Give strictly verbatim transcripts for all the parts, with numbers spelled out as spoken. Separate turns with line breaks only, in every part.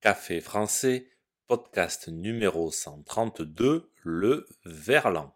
Café français, podcast numéro cent trente-deux, le verlan.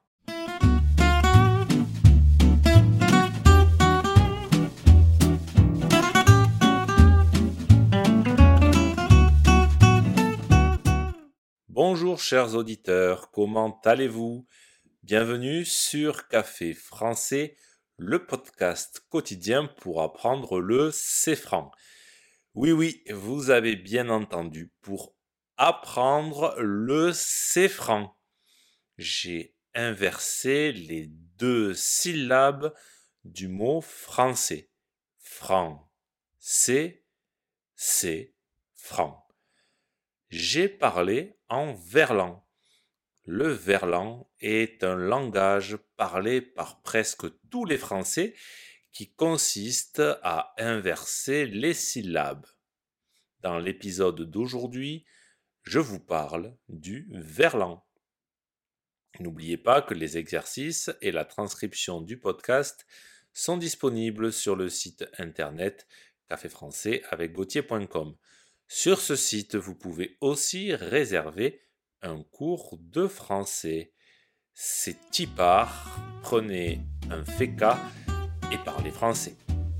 Bonjour chers auditeurs, comment allez-vous? Bienvenue sur Café français, le podcast quotidien pour apprendre le céfran. Oui, oui, vous avez bien entendu, pour apprendre le céfran. J'ai inversé les deux syllabes du mot français. Franc, c'est, c'est, franc. J'ai parlé en verlan. Le verlan est un langage parlé par presque tous les Français qui consiste à inverser les syllabes. Dans l'épisode d'aujourd'hui, je vous parle du verlan. N'oubliez pas que les exercices et la transcription du podcast sont disponibles sur le site internet café français avec gautier point com. Sur ce site, vous pouvez aussi réserver un cours de français. C'est Tipar, prenez un F K et parlez français.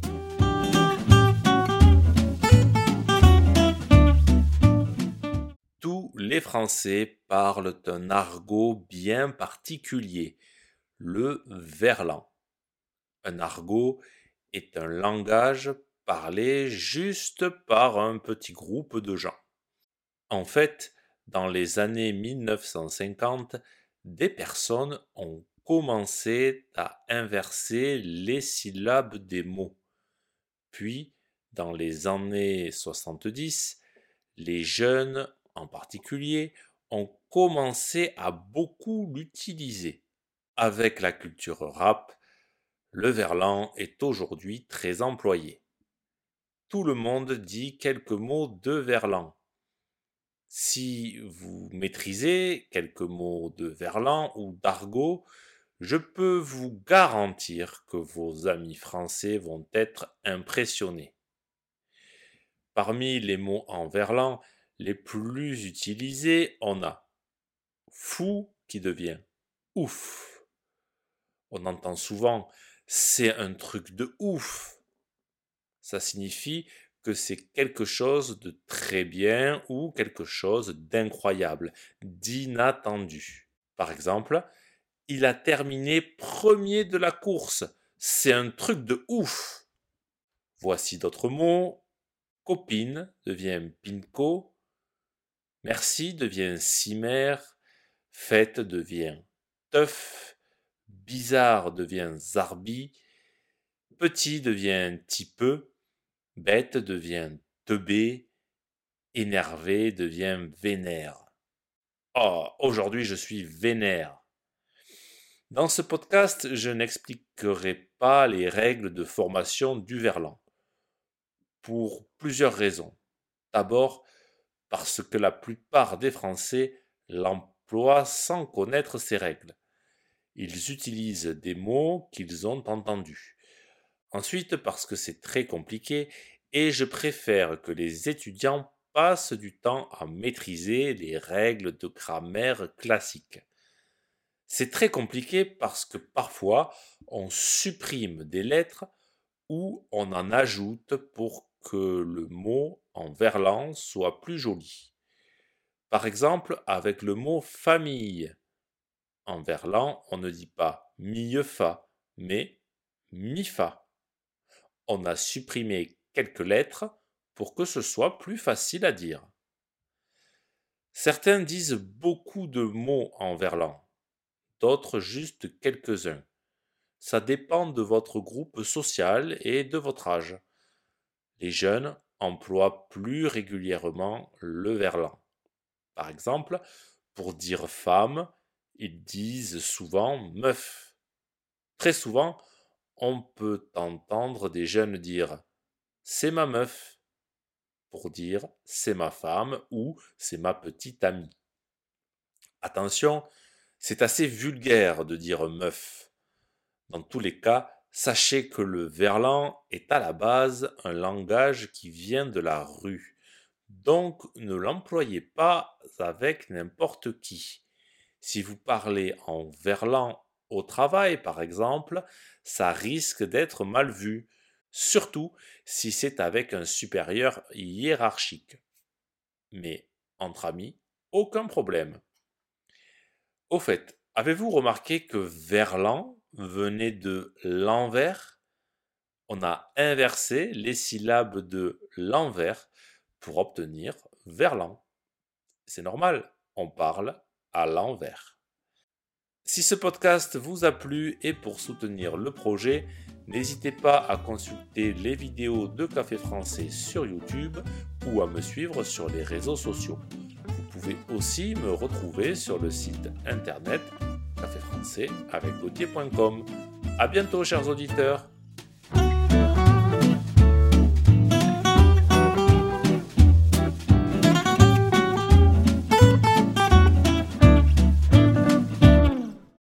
Tous les Français parlent un argot bien particulier, le verlan. Un argot est un langage parlé juste par un petit groupe de gens. En fait, dans les années mille neuf cent cinquante, des personnes ont commencé à inverser les syllabes des mots. Puis, dans les années soixante-dix, les jeunes en particulier ont commencé à beaucoup l'utiliser. Avec la culture rap, le verlan est aujourd'hui très employé. Tout le monde dit quelques mots de verlan. Si vous maîtrisez quelques mots de verlan ou d'argot, je peux vous garantir que vos amis français vont être impressionnés. Parmi les mots en verlan les plus utilisés, on a fou qui devient ouf. On entend souvent c'est un truc de ouf. Ça signifie que c'est quelque chose de très bien ou quelque chose d'incroyable, d'inattendu. Par exemple, il a terminé premier de la course. C'est un truc de ouf. Voici d'autres mots. Copine devient pinko. Merci devient cimer. Fête devient teuf. Bizarre devient zarbi. Petit devient tipeux. Bête devient teubé. Énervé devient vénère. Oh, aujourd'hui je suis vénère. Dans ce podcast, je n'expliquerai pas les règles de formation du verlan. Pour plusieurs raisons. D'abord, parce que la plupart des Français l'emploient sans connaître ces règles. Ils utilisent des mots qu'ils ont entendus. Ensuite, parce que c'est très compliqué et je préfère que les étudiants passent du temps à maîtriser les règles de grammaire classiques. C'est très compliqué parce que parfois on supprime des lettres ou on en ajoute pour que le mot en verlan soit plus joli. Par exemple, avec le mot famille. En verlan, on ne dit pas mi-fa, mais mi-fa. On a supprimé quelques lettres pour que ce soit plus facile à dire. Certains disent beaucoup de mots en verlan, d'autres juste quelques-uns. Ça dépend de votre groupe social et de votre âge. Les jeunes emploient plus régulièrement le verlan. Par exemple, pour dire femme, ils disent souvent meuf. Très souvent, on peut entendre des jeunes dire c'est ma meuf pour dire c'est ma femme ou c'est ma petite amie. Attention, c'est assez vulgaire de dire meuf. Dans tous les cas, sachez que le verlan est à la base un langage qui vient de la rue. Donc, ne l'employez pas avec n'importe qui. Si vous parlez en verlan au travail, par exemple, ça risque d'être mal vu, surtout si c'est avec un supérieur hiérarchique. Mais entre amis, aucun problème. Au fait, avez-vous remarqué que verlan venait de l'envers? On a inversé les syllabes de l'envers pour obtenir verlan. C'est normal, on parle à l'envers. Si ce podcast vous a plu et pour soutenir le projet, n'hésitez pas à consulter les vidéos de Café Français sur YouTube ou à me suivre sur les réseaux sociaux. Vous pouvez aussi me retrouver sur le site internet café français avec gautier point com. À bientôt chers auditeurs.